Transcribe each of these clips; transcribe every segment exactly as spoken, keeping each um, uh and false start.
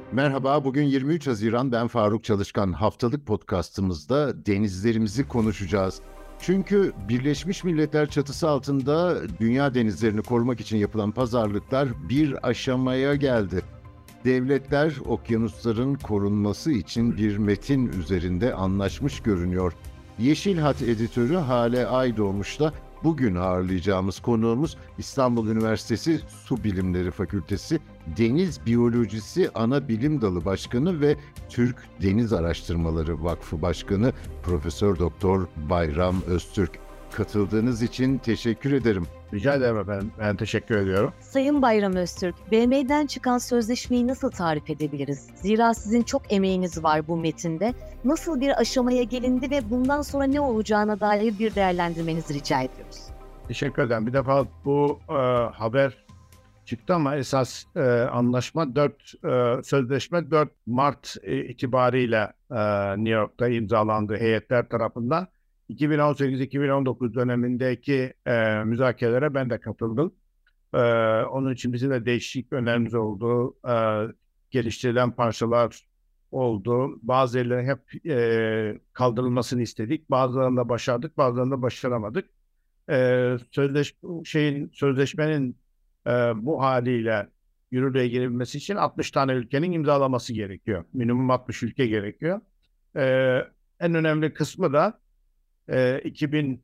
Merhaba, bugün yirmi üç Haziran, ben Faruk Çalışkan. Haftalık podcastımızda denizlerimizi konuşacağız. Çünkü Birleşmiş Milletler çatısı altında dünya denizlerini korumak için yapılan pazarlıklar bir aşamaya geldi. Devletler okyanusların korunması için bir metin üzerinde anlaşmış görünüyor. Yeşil Hat editörü Hale Aydoğmuş'la bugün ağırlayacağımız konuğumuz İstanbul Üniversitesi Su Bilimleri Fakültesi Deniz Biyolojisi Ana Bilim Dalı Başkanı ve Türk Deniz Araştırmaları Vakfı Başkanı Profesör Doktor Bayram Öztürk. Katıldığınız için teşekkür ederim. Rica ederim efendim. Ben teşekkür ediyorum. Sayın Bayram Öztürk, B MA'den çıkan sözleşmeyi nasıl tarif edebiliriz? Zira sizin çok emeğiniz var bu metinde. Nasıl bir aşamaya gelindi ve bundan sonra ne olacağına dair bir değerlendirmenizi rica ediyoruz. Teşekkür ederim. Bir defa bu e, haber çıktı ama esas e, anlaşma dört e, sözleşme dört Mart e, itibariyle e, New York'ta imzalandı heyetler tarafından. iki bin on sekiz iki bin on dokuz dönemindeki e, müzakerelere ben de katıldım. E, onun için bizim de değişik önerimiz oldu. E, geliştirilen parçalar oldu. Bazıları hep e, kaldırılmasını istedik. Bazılarında başardık, bazılarında başaramadık. E, sözleş şeyin sözleşmenin e, bu haliyle yürürlüğe girebilmesi için altmış tane ülkenin imzalaması gerekiyor. Minimum altmış ülke gerekiyor. E, en önemli kısmı da e, iki bin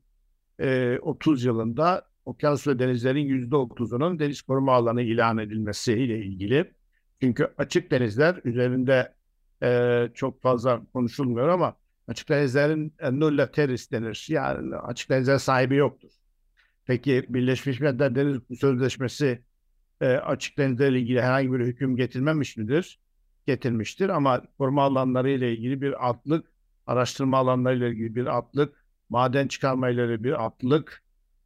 otuz yılında okyanus ve denizlerin yüzde otuzunun deniz koruma alanı ilan edilmesiyle ilgili. Çünkü açık denizler üzerinde e, çok fazla konuşulmuyor ama açık denizlerin e, nulla terris denir. Yani açık denizler sahibi yoktur. Peki Birleşmiş Milletler Deniz Sözleşmesi e, açık denizlerle ilgili herhangi bir hüküm getirmemiş midir? Getirmiştir ama koruma alanları ile ilgili bir atlık, araştırma alanları ile ilgili bir atlık, maden çıkarma ile ilgili bir atlık,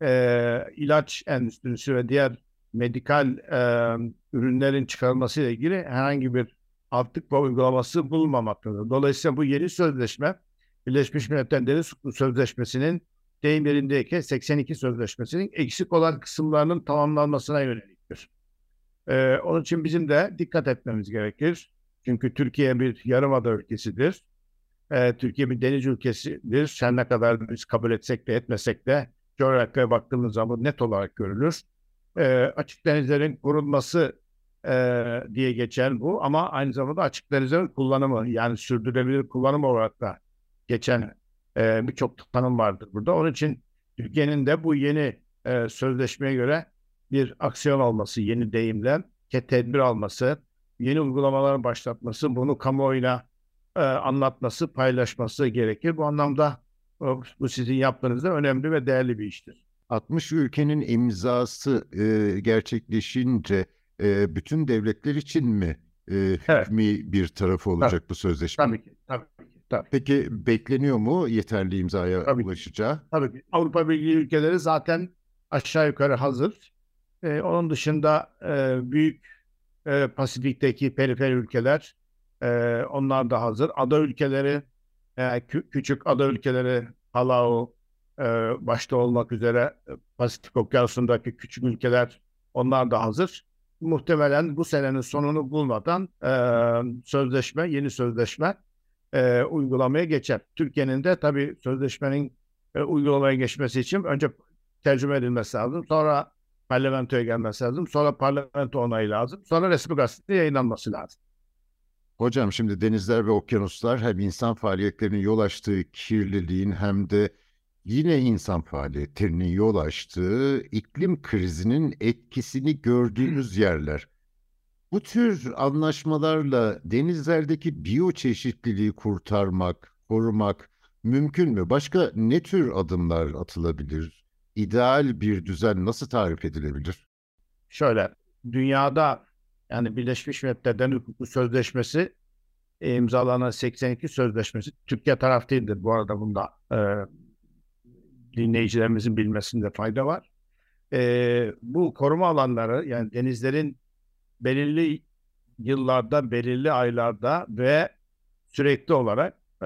e, ilaç endüstrisi ve diğer medikal e, ürünlerin çıkarılması ile ilgili herhangi bir atlık ve uygulaması bulunmamaktadır. Dolayısıyla bu yeni sözleşme Birleşmiş Milletler Deniz Sözleşmesi'nin deyim yerindeyken seksen iki sözleşmesinin eksik olan kısımlarının tamamlanmasına yöneliktir. Ee, onun için bizim de dikkat etmemiz gerekir. Çünkü Türkiye bir yarımada ülkesidir. Ee, Türkiye bir deniz ülkesidir. Her ne kadar biz kabul etsek de etmesek de coğrafyaya baktığımız zaman net olarak görülür. Ee, açık denizlerin korunması e, diye geçen bu ama aynı zamanda açık denizlerin kullanımı, yani sürdürülebilir kullanım olarak da geçen e, birçok tanım vardır burada. Onun için Türkiye'nin de bu yeni e, sözleşmeye göre bir aksiyon alması, yeni deyimle tedbir alması, yeni uygulamaların başlatması, bunu kamuoyuna e, anlatması, paylaşması gerekir. Bu anlamda e, bu sizin yaptığınız da önemli ve değerli bir iştir. altmış ülkenin imzası e, gerçekleşince e, bütün devletler için mi e, hükmü evet. bir tarafı olacak tabii. bu sözleşme? Tabii ki, tabii ki. Tabii. Peki bekleniyor mu yeterli imzaya tabii ulaşacağı? Ki. Tabii ki. Avrupa Birliği ülkeleri zaten aşağı yukarı hazır. Ee, onun dışında e, büyük e, Pasifik'teki perifer ülkeler, e, onlar da hazır. Ada ülkeleri, e, kü- küçük ada ülkeleri, Palau e, başta olmak üzere e, Pasifik Okyanusu'ndaki küçük ülkeler, onlar da hazır. Muhtemelen bu senenin sonunu bulmadan e, sözleşme, yeni sözleşme e, uygulamaya geçer. Türkiye'nin de tabii sözleşmenin e, uygulamaya geçmesi için önce tercüme edilmesi lazım. Sonra parlamentoya gelmesi lazım. Sonra parlamento onayı lazım. Sonra resmi gazetede yayınlanması lazım. Hocam, şimdi denizler ve okyanuslar hem insan faaliyetlerinin yol açtığı kirliliğin hem de yine insan faaliyetlerinin yol açtığı iklim krizinin etkisini gördüğümüz yerler. Bu tür anlaşmalarla denizlerdeki biyoçeşitliliği kurtarmak, korumak mümkün mü? Başka ne tür adımlar atılabilir? İdeal bir düzen nasıl tarif edilebilir? Şöyle, dünyada yani Birleşmiş Milletler Deniz Hukuku Sözleşmesi e, imzalanan seksen iki sözleşmesi, Türkiye taraf değildir bu arada, bunda e, dinleyicilerimizin bilmesinde fayda var. E, bu koruma alanları, yani denizlerin belirli yıllarda, belirli aylarda ve sürekli olarak e,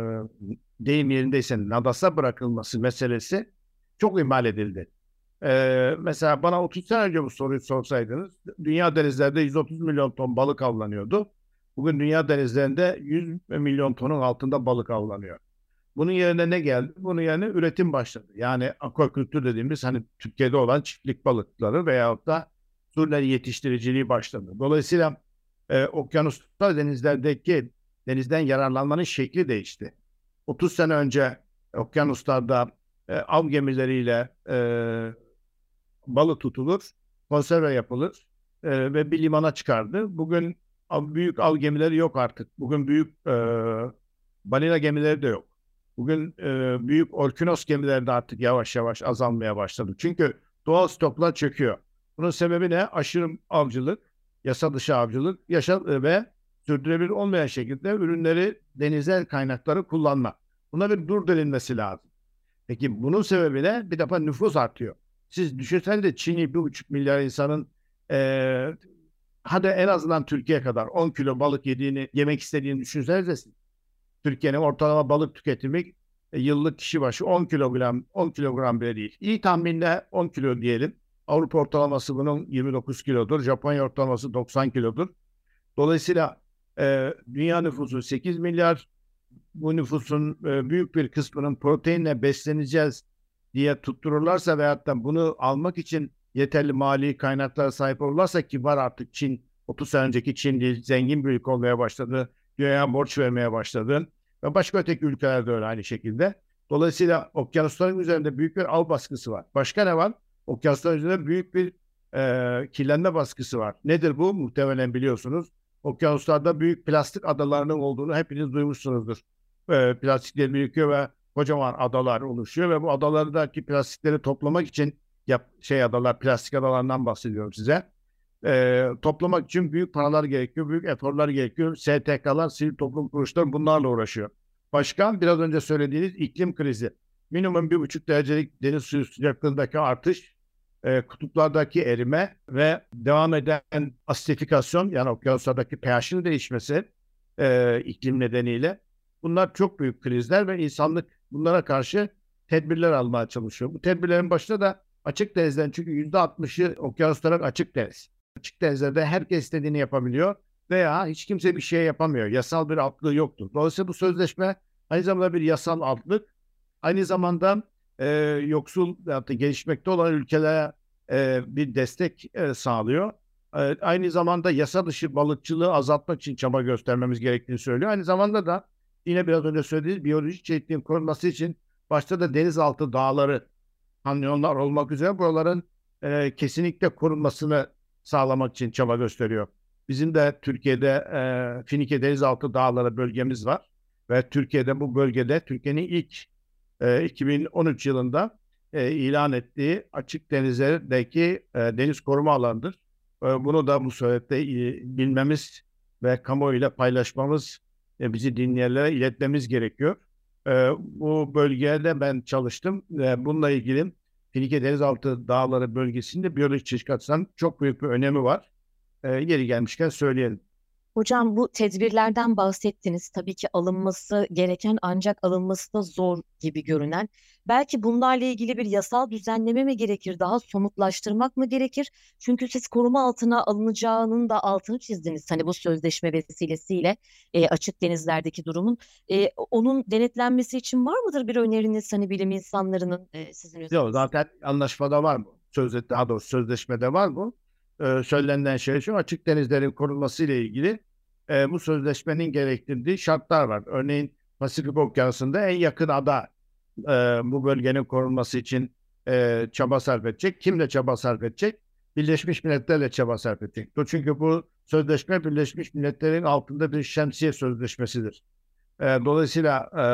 deyim yerindeyse NADAS'a bırakılması meselesi çok ihmal edildi. E, mesela bana otuz sene önce bu soruyu sorsaydınız, dünya denizlerde yüz otuz milyon ton balık avlanıyordu. Bugün dünya denizlerinde yüz milyon tonun altında balık avlanıyor. Bunun yerine ne geldi? Bunun yerine üretim başladı. Yani akvakultür dediğimiz hani Türkiye'de olan çiftlik balıkları veyahut da türler yetiştiriciliği başladı. Dolayısıyla e, okyanuslar denizlerdeki denizden yararlanmanın şekli değişti. otuz sene önce okyanuslarda e, av gemileriyle e, balık tutulur, konserve yapılır e, ve bir limana çıkardı. Bugün av, büyük av gemileri yok artık. Bugün büyük e, balina gemileri de yok. Bugün e, büyük orkinos gemileri de artık yavaş yavaş azalmaya başladı. Çünkü doğal stoklar çöküyor. Bunun sebebi ne? Aşırı avcılık, yasa dışı avcılık yaşa ve sürdürülebilir olmayan şekilde ürünleri, denizler kaynakları kullanma. Buna bir dur denilmesi lazım. Peki bunun sebebi ne? Bir defa nüfus artıyor. Siz düşünsenize Çin'i bir buçuk milyar insanın e, hadi en azından Türkiye kadar on kilo balık yediğini, yemek istediğini düşünsenize. Türkiye'nin ortalama balık tüketimi e, yıllık kişi başı on kilogram, on kilogram bile değil. İyi tahminle on kilo diyelim. Avrupa ortalaması bunun yirmi dokuz kilodur. Japonya ortalaması doksan kilodur. Dolayısıyla e, dünya nüfusu sekiz milyar. Bu nüfusun e, büyük bir kısmının proteinle besleneceğiz diye tuttururlarsa veyahut da bunu almak için yeterli mali kaynaklara sahip olurlarsa, ki var artık Çin, otuz sene önceki Çin değil, zengin bir ülke olmaya başladı. Dünyaya borç vermeye başladı. Ve başka öteki ülkelerde öyle aynı şekilde. Dolayısıyla okyanusların üzerinde büyük bir av baskısı var. Başka ne var? Okyanusların üzerinde büyük bir e, kirlenme baskısı var. Nedir bu? Muhtemelen biliyorsunuz. Okyanuslarda büyük plastik adalarının olduğunu hepiniz duymuşsunuzdur. E, plastikler birikiyor ve kocaman adalar oluşuyor ve bu adalardaki plastikleri toplamak için yap, şey adalar, plastik adalarından bahsediyorum size. E, toplamak için büyük paralar gerekiyor, büyük eforlar gerekiyor. S T K'lar, sivil toplum kuruluşları bunlarla uğraşıyor. Başka, biraz önce söylediğiniz iklim krizi. Minimum bir buçuk derecelik deniz suyu sıcaklığındaki artış, e, kutuplardaki erime ve devam eden asidifikasyon, yani okyanuslardaki pH'in değişmesi e, iklim nedeniyle. Bunlar çok büyük krizler ve insanlık bunlara karşı tedbirler almaya çalışıyor. Bu tedbirlerin başında da açık denizden, çünkü yüzde altmışı okyanusların açık deniz. Açık denizlerde herkes istediğini yapabiliyor veya hiç kimse bir şey yapamıyor. Yasal bir altlığı yoktur. Dolayısıyla bu sözleşme aynı zamanda bir yasal altlık. Aynı zamanda e, yoksul veyahut da gelişmekte olan ülkelere e, bir destek e, sağlıyor. E, aynı zamanda yasa dışı balıkçılığı azaltmak için çaba göstermemiz gerektiğini söylüyor. Aynı zamanda da yine biraz önce söylediğiniz biyolojik çeşitliliğin korunması için başta da denizaltı dağları, kanyonlar olmak üzere buraların e, kesinlikle korunmasını sağlamak için çaba gösteriyor. Bizim de Türkiye'de e, Finike Denizaltı Dağları bölgemiz var ve Türkiye'de bu bölgede Türkiye'nin ilk e, iki bin on üç yılında e, ilan ettiği açık denizlerdeki e, deniz koruma alanıdır. E, bunu da bu surette e, bilmemiz ve kamuoyuyla paylaşmamız, e, bizi dinleyenlere iletmemiz gerekiyor. E, bu bölgede ben çalıştım ve bununla ilgili Finike Denizaltı Dağları bölgesinde biyolojik çeşitlilik açısından çok büyük bir önemi var. E, yeri gelmişken söyleyelim. Hocam, bu tedbirlerden bahsettiniz. Tabii ki alınması gereken ancak alınması da zor gibi görünen. Belki bunlarla ilgili bir yasal düzenleme mi gerekir? Daha somutlaştırmak mı gerekir? Çünkü siz koruma altına alınacağının da altını çizdiniz. Hani bu sözleşme vesilesiyle e, açık denizlerdeki durumun. E, onun denetlenmesi için var mıdır bir öneriniz? Hani bilim insanlarının e, sizin Yok, öneriniz? zaten anlaşmada var mı? Sözde, daha doğrusu sözleşmede var mı? Ee, söylenen şey şu: açık denizlerin korunması ile ilgili e, bu sözleşmenin gerektirdiği şartlar var. Örneğin Pasifik Okyanusu'nda en yakın ada e, bu bölgenin korunması için e, çaba sarf edecek. Kimle çaba sarf edecek? Birleşmiş Milletler'le çaba sarf edecek. Çünkü bu sözleşme Birleşmiş Milletler'in altında bir şemsiye sözleşmesidir. E, dolayısıyla e,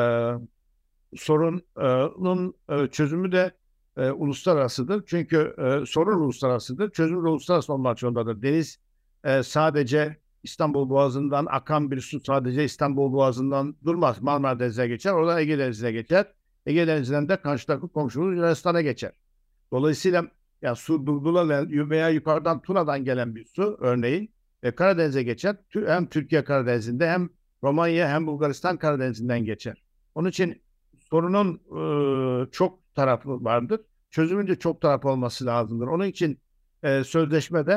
sorunun e, çözümü de e, uluslararasıdır. Çünkü e, sorun uluslararasıdır. Çözüm de uluslararası olmak zorundadır. Deniz e, sadece İstanbul Boğazı'ndan akan bir su sadece İstanbul Boğazı'ndan durmaz. Marmara Denizi'ne geçer. Oradan Ege Denizi'ne geçer. Ege Denizi'nden de karşıdaki komşumuz Yunanistan'a geçer. Dolayısıyla ya su durdurulan veya yukarıdan Tuna'dan gelen bir su örneğin e, Karadeniz'e geçer. Hem Türkiye Karadeniz'inde hem Romanya hem Bulgaristan Karadeniz'inden geçer. Onun için sorunun e, çok tarafı vardır. Çözümün de çok tarafı olması lazımdır. Onun için e, sözleşmede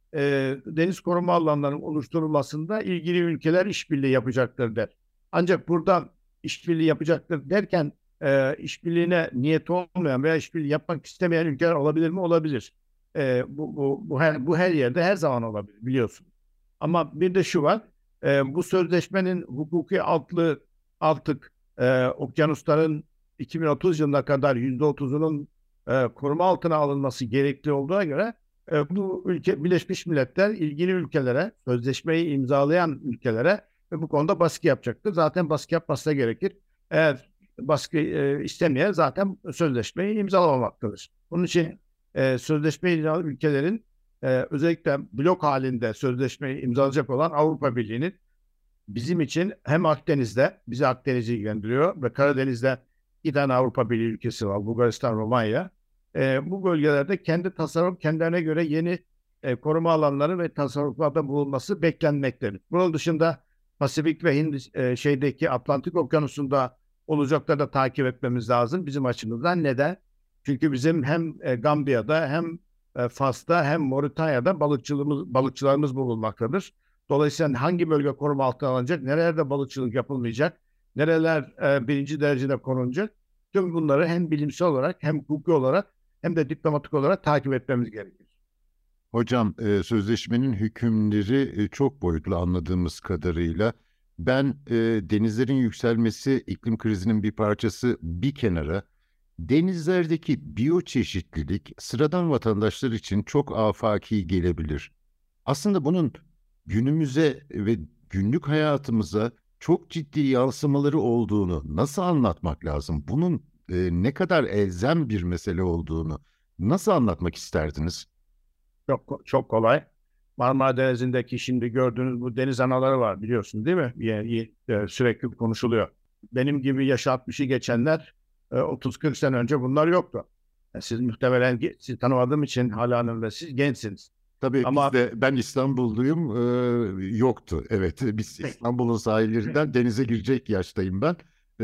e, deniz koruma alanlarının oluşturulmasında ilgili ülkeler işbirliği yapacaktır der. Ancak burada işbirliği yapacaktır derken e, işbirliğine niyeti olmayan veya işbirliği yapmak istemeyen ülkeler olabilir mi? Olabilir. E, bu, bu, bu, her, bu her yerde her zaman olabilir biliyorsun. Ama bir de şu var, e, bu sözleşmenin hukuki altlığı artık e, okyanusların iki bin otuz yılına kadar yüzde otuzunun e, koruma altına alınması gerekli olduğuna göre e, bu ülke Birleşmiş Milletler ilgili ülkelere, sözleşmeyi imzalayan ülkelere ve bu konuda baskı yapacaktır. Zaten baskı yapması da gerekir. Eğer baskı e, istemeyen zaten sözleşmeyi imzalamamaktadır. Bunun için e, sözleşmeyi imzalayan ülkelerin e, özellikle blok halinde sözleşmeyi imzalayacak olan Avrupa Birliği'nin bizim için hem Akdeniz'de, bizi Akdeniz'i ilgilendiriyor ve Karadeniz'de iki tane Avrupa Birliği ülkesi var, Bulgaristan, Romanya. E, bu bölgelerde kendi tasarruf, kendilerine göre yeni e, koruma alanları ve tasarruflarda bulunması beklenmektedir. Bunun dışında Pasifik ve Hind, e, şeydeki Atlantik Okyanusu'nda olacakları da takip etmemiz lazım bizim açımızdan. Neden? Çünkü bizim hem e, Gambiya'da hem e, Fas'ta hem Moritanya'da balıkçılığımız, balıkçılarımız bulunmaktadır. Dolayısıyla hangi bölge koruma altına alınacak, nerelerde balıkçılık yapılmayacak, nereler e, birinci derecede korunacak, tüm bunları hem bilimsel olarak hem hukuki olarak hem de diplomatik olarak takip etmemiz gerekir. Hocam, e, sözleşmenin hükümleri e, çok boyutlu anladığımız kadarıyla. Ben e, denizlerin yükselmesi iklim krizinin bir parçası bir kenara, denizlerdeki biyoçeşitlilik sıradan vatandaşlar için çok afaki gelebilir. Aslında bunun günümüze ve günlük hayatımıza çok ciddi yansımaları olduğunu nasıl anlatmak lazım? Bunun e, ne kadar elzem bir mesele olduğunu nasıl anlatmak isterdiniz? Çok çok kolay. Marmara Denizi'ndeki şimdi gördüğünüz bu deniz anaları var biliyorsun değil mi? Yani, e, sürekli konuşuluyor. Benim gibi yaş altmışı geçenler e, otuz kırk sene önce bunlar yoktu. Yani siz muhtemelen sizi tanımadığım için Hala Hanım ve siz gençsiniz. Tabii Ama bizde, ben İstanbulluyum, e, yoktu. Evet, biz İstanbul'un sahillerinden denize girecek yaştayım ben. E,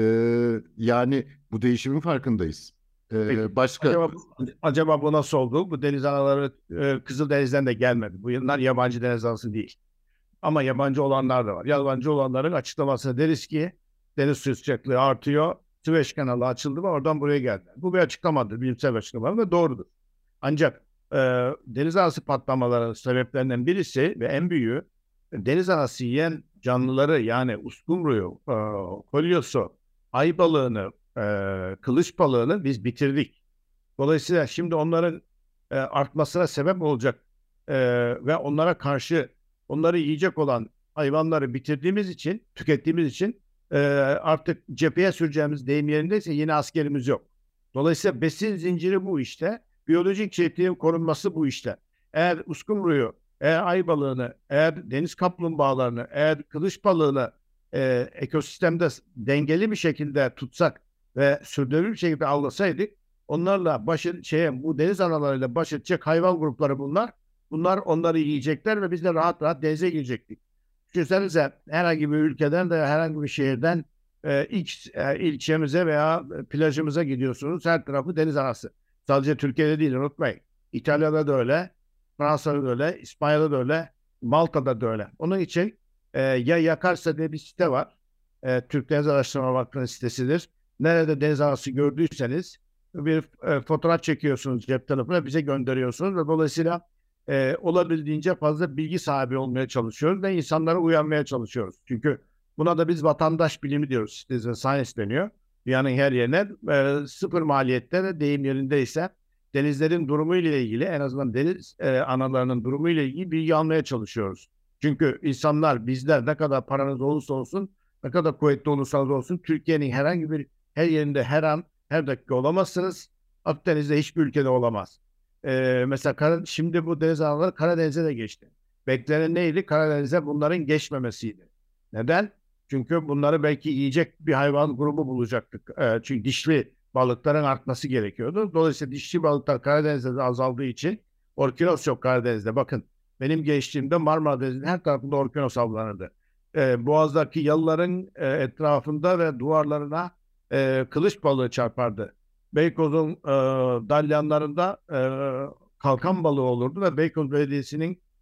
yani bu değişimin farkındayız. E, başka acaba, acaba bu nasıl oldu? Bu deniz anaları e, Kızıldeniz'den de gelmedi. Bu yıllar yabancı deniz anası değil. Ama yabancı olanlar da var. Yabancı olanların açıklamasına deriz ki deniz suyu sıcaklığı artıyor. Süveyş kanalı açıldı ve oradan buraya geldi. Bu bir açıklamadır, bilimsel açıklama ve doğrudur. Ancak e, deniz anası patlamalarının sebeplerinden birisi ve en büyüğü deniz anası yiyen canlıları yani uskumruyu, e, kolyosu, ay balığını, e, kılıç balığını biz bitirdik. Dolayısıyla şimdi onların e, artmasına sebep olacak e, ve onlara karşı onları yiyecek olan hayvanları bitirdiğimiz için, tükettiğimiz için e, artık cepheye süreceğimiz deyim yerindeyse yeni askerimiz yok. Dolayısıyla besin zinciri bu işte. Biyolojik çeşitliliğin korunması bu işte. Eğer uskumruyu, eğer ay balığını, eğer deniz kaplumbağalarını, eğer kılıç balığını e, ekosistemde dengeli bir şekilde tutsak ve sürdürülebilir bir şekilde avlasaydık, onlarla başı şeye bu deniz analarıyla baş edecek hayvan grupları bunlar. Bunlar onları yiyecekler ve biz de rahat rahat denize girecektik. Düşünsenize herhangi bir ülkeden de herhangi bir şehirden e, ilk e, ilçemize veya plajımıza gidiyorsunuz. Her tarafı deniz anası. Sadece Türkiye'de değil unutmayın. İtalya'da da öyle, Fransa'da da öyle, İspanya'da da öyle, Malta'da da öyle. Onun için e, ya Yakarsa diye bir site var. E, Türk Deniz Araştırma Vakfı'nın sitesidir. Nerede deniz anası gördüyseniz bir e, fotoğraf çekiyorsunuz cep telefonuna bize gönderiyorsunuz ve dolayısıyla e, olabildiğince fazla bilgi sahibi olmaya çalışıyoruz ve insanlara uyanmaya çalışıyoruz. Çünkü buna da biz vatandaş bilimi diyoruz. Citizen science deniyor. Dünyanın her yerine e, sıfır maliyette de deyim yerindeyse denizlerin durumu ile ilgili en azından deniz e, analarının durumu ile ilgili bilgi almaya çalışıyoruz. Çünkü insanlar bizler ne kadar paranız olursa olsun ne kadar kuvvetli olursanız olsun Türkiye'nin herhangi bir her yerinde her an her dakika olamazsınız. Akdeniz'de hiçbir ülkede olamaz. Ee, mesela Kara, şimdi bu deniz anaları Karadeniz'e de geçti. Beklenen neydi? Karadeniz'e bunların geçmemesiydi. Neden? Çünkü bunları belki yiyecek bir hayvan grubu bulacaktık. Ee, çünkü dişli balıkların artması gerekiyordu. Dolayısıyla dişli balıklar Karadeniz'de de azaldığı için orkinos yok Karadeniz'de. Bakın benim geçtiğimde Marmara Denizi'nin her tarafında orkinos avlanırdı. Ee, Boğaz'daki yalıların e, etrafında ve duvarlarına e, kılıç balığı çarpardı. Beykoz'un e, dalyanlarında e, kalkan balığı olurdu ve Beykoz Belediyesi'nin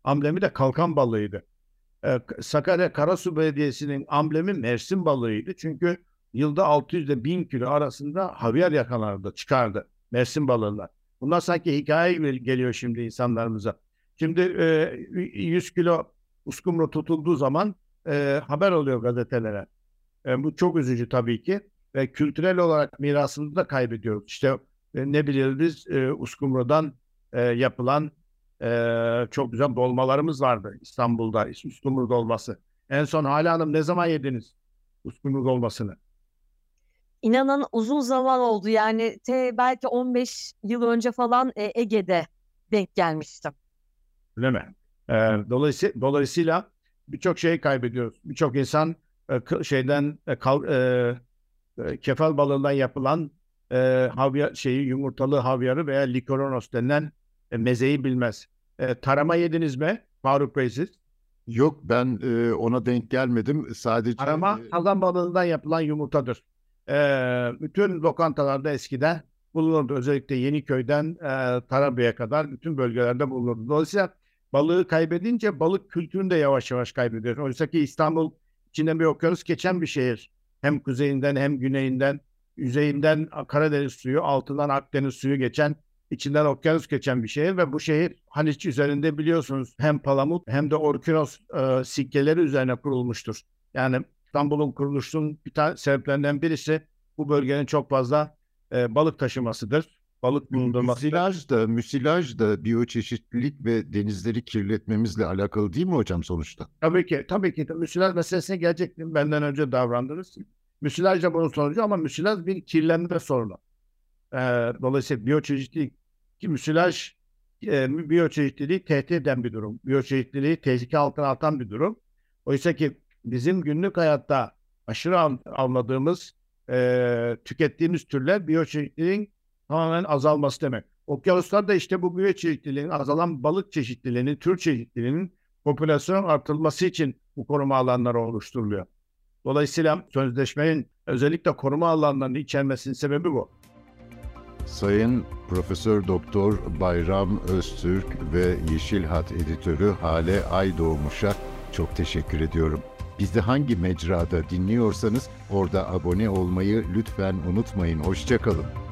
amblemi de kalkan balığıydı. Ee, Sakarya Karasu Belediyesi'nin amblemi Mersin balığıydı. Çünkü yılda altı yüz ile bin kilo arasında havyar yakalardı, çıkardı Mersin balığından. Bunlar sanki hikaye geliyor şimdi insanlarımıza. Şimdi e, yüz kilo uskumru tutulduğu zaman e, haber oluyor gazetelere. E, bu çok üzücü tabii ki. Ve kültürel olarak mirasını da kaybediyoruz. İşte e, ne biliriz e, uskumrudan e, yapılan e, çok güzel dolmalarımız vardı İstanbul'da. Uskumru dolması. En son Hale Hanım ne zaman yediniz uskumru dolmasını? İnanın uzun zaman oldu yani te, belki on beş yıl önce falan e, Ege'de denk gelmiştim. Öyle mi? E, dolayısıyla, dolayısıyla birçok şeyi kaybediyoruz. Birçok insan e, şeyden e, kal, e, e, kefal balığından yapılan e, havyar, şeyi yumurtalı havyarı veya likoronos denilen e, mezeyi bilmez. E, tarama yediniz mi Faruk Bey siz? Yok, ben e, ona denk gelmedim. Sadece Tarama e, kazan balığından yapılan yumurtadır. E, bütün lokantalarda eskiden bulunurdu. Özellikle Yeniköy'den e, Tarabya'ya kadar bütün bölgelerde bulunurdu. Dolayısıyla balığı kaybedince balık kültürünü de yavaş yavaş kaybediyor. Oysa ki İstanbul içinden bir okyanus geçen bir şehir. Hem kuzeyinden hem güneyinden, yüzeyinden Karadeniz suyu, altından Akdeniz suyu geçen, içinden okyanus geçen bir şehir ve bu şehir Haliç üzerinde biliyorsunuz hem palamut hem de orkinos e, sikkeleri üzerine kurulmuştur. Yani İstanbul'un kuruluşunun bir tane sebeplerinden birisi bu bölgenin çok fazla e, balık taşımasıdır. Balık bulundurması. müsilaj da, müsilaj da biyoçeşitlilik ve denizleri kirletmemizle alakalı değil mi hocam sonuçta? Tabii ki, tabii ki. Müsilaj meselesine gelecektim. Benden önce davrandınız. Müsilaj da bunun sonucu ama müsilaj bir kirlenme sorunu. Ee, dolayısıyla biyoçeşitlilik, ki müsilaj e, biyoçeşitliliği tehdit eden bir durum. Biyoçeşitliliği tehlike altına atan bir durum. Oysa ki bizim günlük hayatta aşırı al, almadığımız, e, tükettiğimiz türler biyoçeşitliliğin tamamen azalması demek. Okyanuslarda işte bu biyoçeşitliliğin, azalan balık çeşitliliğinin, tür çeşitliliğinin popülasyon artırılması için bu koruma alanları oluşturuluyor. Dolayısıyla sözleşmenin özellikle koruma alanlarını içermesinin sebebi bu. Sayın Profesör Doktor Bayram Öztürk ve Yeşil Hat editörü Hale Aydoğmuş'a çok teşekkür ediyorum. Bizi hangi mecrada dinliyorsanız orada abone olmayı lütfen unutmayın. Hoşça kalın.